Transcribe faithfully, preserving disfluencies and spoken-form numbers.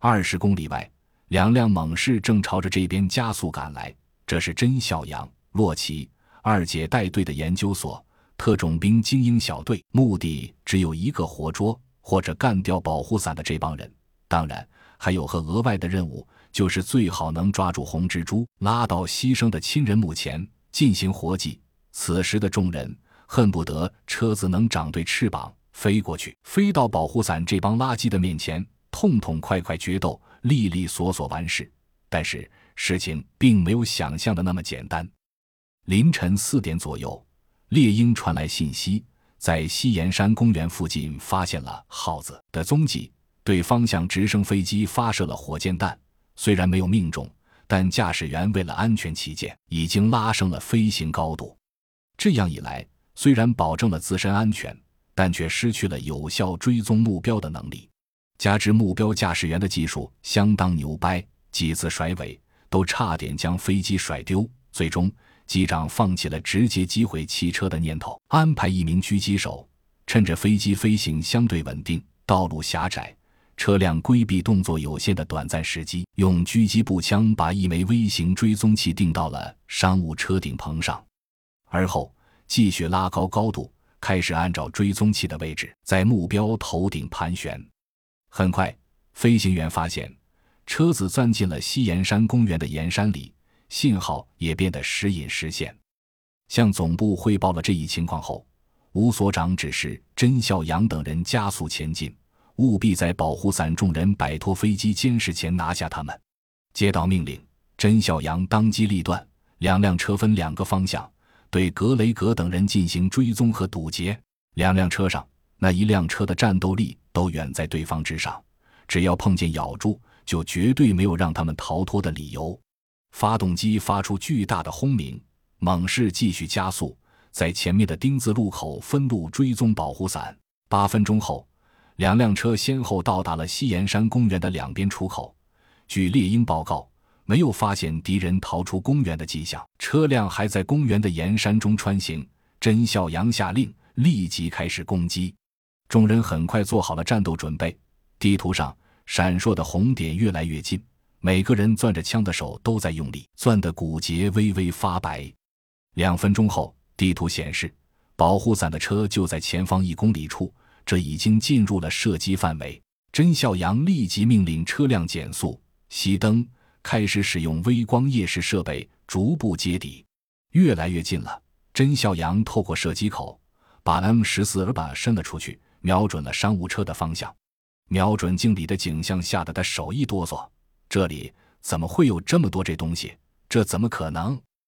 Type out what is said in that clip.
二十公里外，两辆猛士正朝着这边加速赶来，这是甄孝阳、洛奇二姐带队的研究所特种兵精英小队，目的只有一个：活捉或者干掉保护伞的这帮人。当然还有和额外的任务，就是最好能抓住红蜘蛛，拉到牺牲的亲人墓前进行活祭。此时的众人恨不得车子能长对翅膀飞过去，飞到保护伞这帮垃圾的面前，痛痛快快决斗，利利索索完事。但是事情并没有想象的那么简单。凌晨四点左右，猎鹰传来信息，在西岩山公园附近发现了耗子的踪迹，对方向直升飞机发射了火箭弹，虽然没有命中，但驾驶员为了安全起见，已经拉升了飞行高度。这样一来，虽然保证了自身安全，但却失去了有效追踪目标的能力。加之目标驾驶员的技术相当牛掰，几次甩尾都差点将飞机甩丢，最终机长放弃了直接击毁汽车的念头，安排一名狙击手趁着飞机飞行相对稳定、道路狭窄、车辆规避动作有限的短暂时机，用狙击步枪把一枚微型追踪器定到了商务车顶棚上，而后继续拉高高度，开始按照追踪器的位置在目标头顶盘旋。很快，飞行员发现车子钻进了西岩山公园的岩山里，信号也变得时隐时现。向总部汇报了这一情况后，吴所长指示甄孝阳等人加速前进，务必在保护伞众人摆脱飞机监视前拿下他们。接到命令，甄孝阳当机立断，两辆车分两个方向，对格雷格等人进行追踪和堵截。两辆车上，那一辆车的战斗力都远在对方之上，只要碰见咬住，就绝对没有让他们逃脱的理由。发动机发出巨大的轰鸣，猛士继续加速，在前面的丁字路口分路追踪保护伞。八分钟后，两辆车先后到达了西岩山公园的两边出口。据猎鹰报告，没有发现敌人逃出公园的迹象，车辆还在公园的岩山中穿行。甄孝阳下令立即开始攻击。众人很快做好了战斗准备，地图上闪烁的红点越来越近，每个人攥着枪的手都在用力，攥得骨节微微发白。两分钟后，地图显示保护伞的车就在前方一公里处，这已经进入了射击范围。甄孝阳立即命令车辆减速、熄灯，开始使用微光夜视设备逐步接敌。越来越近了，甄孝阳透过射击口把 M 十四 耳把伸了出去，瞄准了商务车的方向。瞄准镜里的景象吓得他手一哆嗦，这里怎么会有这么多这东西？这怎么可能？